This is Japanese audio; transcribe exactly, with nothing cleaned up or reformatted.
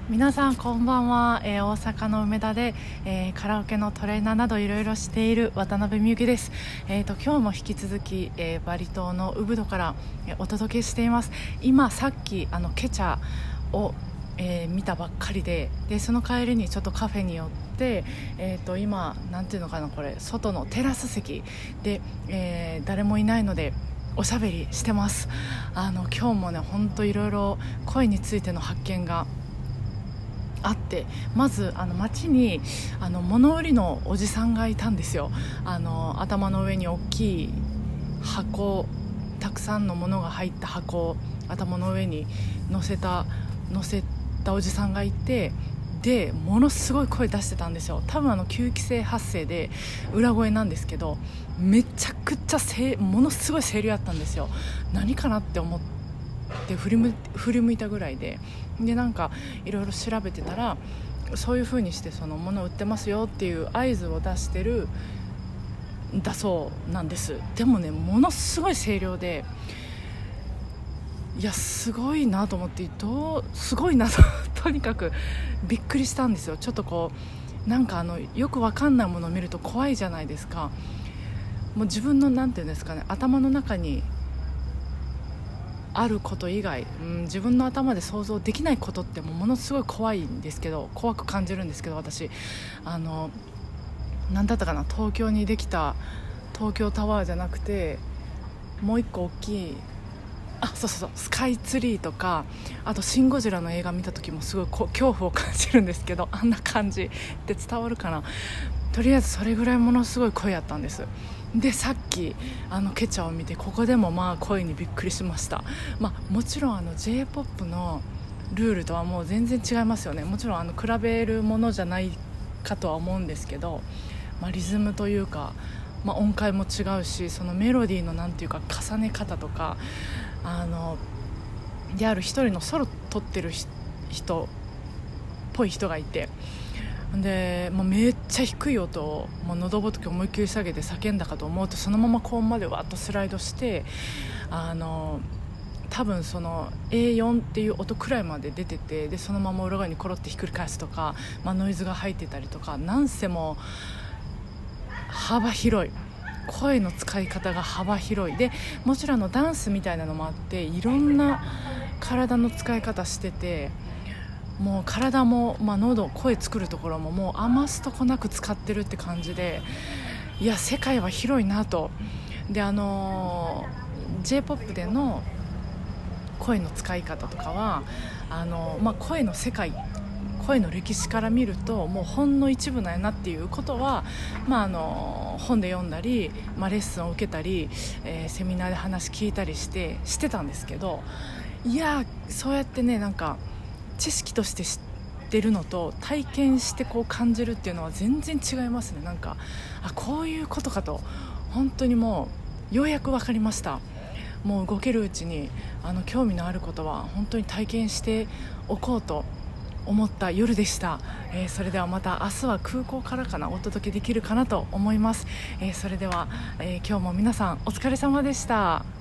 皆さんこんばんは、えー、大阪の梅田で、えー、カラオケのトレーナーなどいろいろしている渡辺美幸です。えーと、今日も引き続き、えー、バリ島のウブドから、えー、お届けしています。今さっきあのケチャを、えー、見たばっかりで、でその帰りにちょっとカフェに寄って、えーと、今なんていうのかな、これ外のテラス席で、えー、誰もいないのでおしゃべりしてます。あの今日もね本当いろいろ声についての発見があって、まずあの街にあの物売りのおじさんがいたんですよ。あの頭の上に大きい箱、たくさんのものが入った箱を頭の上に乗せた乗せたおじさんがいて、でものすごい声出してたんですよ。多分あの吸気性発声で裏声なんですけど、めちゃくちゃせものすごい声量あったんですよ。何かなって思って振り向振り向いたぐらいで、でなんかいろいろ調べてたら、そういう風にしてその物売ってますよっていう合図を出してるんだそうなんです。でもねものすごい声量で、いやすごいなと思って、どうすごいなととにかくびっくりしたんですよ。ちょっとこうなんかあのよくわかんないものを見ると怖いじゃないですか。もう自分のなんていうんですかね、頭の中にあること以外、うん、自分の頭で想像できないことってもうものすごい怖いんですけど、怖く感じるんですけど、私あの何だったかな、東京にできた東京タワーじゃなくてもう一個大きい、あそうそうそうスカイツリーとか、あとシン・ゴジラの映画見た時もすごいこう恐怖を感じるんですけど、あんな感じって伝わるかな。とりあえずそれぐらいものすごい声やったんです。でさっきあのケチャを見て、ここでもまあ声にびっくりしました。まあ、もちろんあの J-ポップ のルールとはもう全然違いますよね。もちろんあの比べるものじゃないかとは思うんですけど、まあ、リズムというか、まあ、音階も違うし、そのメロディーのなんていうか重ね方とか、あのである一人のソロ取ってる人っぽい人がいて、で、まあ、めっちゃ低い音を、まあ、喉仏思いっきり下げて叫んだかと思うと、そのまま高音までわっとスライドして、あの多分その エーよん っていう音くらいまで出てて、でそのまま裏側にコロってひっくり返すとか、まあ、ノイズが入ってたりとか、なんせも幅広い、声の使い方が幅広いで、もちろんあのダンスみたいなのもあって、いろんな体の使い方してて、もう体も、まあ、喉声作るところももう余すとこなく使ってるって感じで、いや世界は広いなと。であの J-ポップ での声の使い方とかはあの、まあ、声の世界、声の歴史から見るともうほんの一部なんやなっていうことは、まあ、あの本で読んだり、まあ、レッスンを受けたり、えー、セミナーで話聞いたりしてしてたんですけど、いやそうやってね、なんか知識として知ってるのと体験してこう感じるっていうのは全然違いますね。なんかあこういうことかと、本当にもうようやく分かりました。もう動けるうちにあの興味のあることは本当に体験しておこうと思った夜でした。えー、それではまた明日は空港からかなお届けできるかなと思います。えー、それでは、えー、今日も皆さんお疲れ様でした。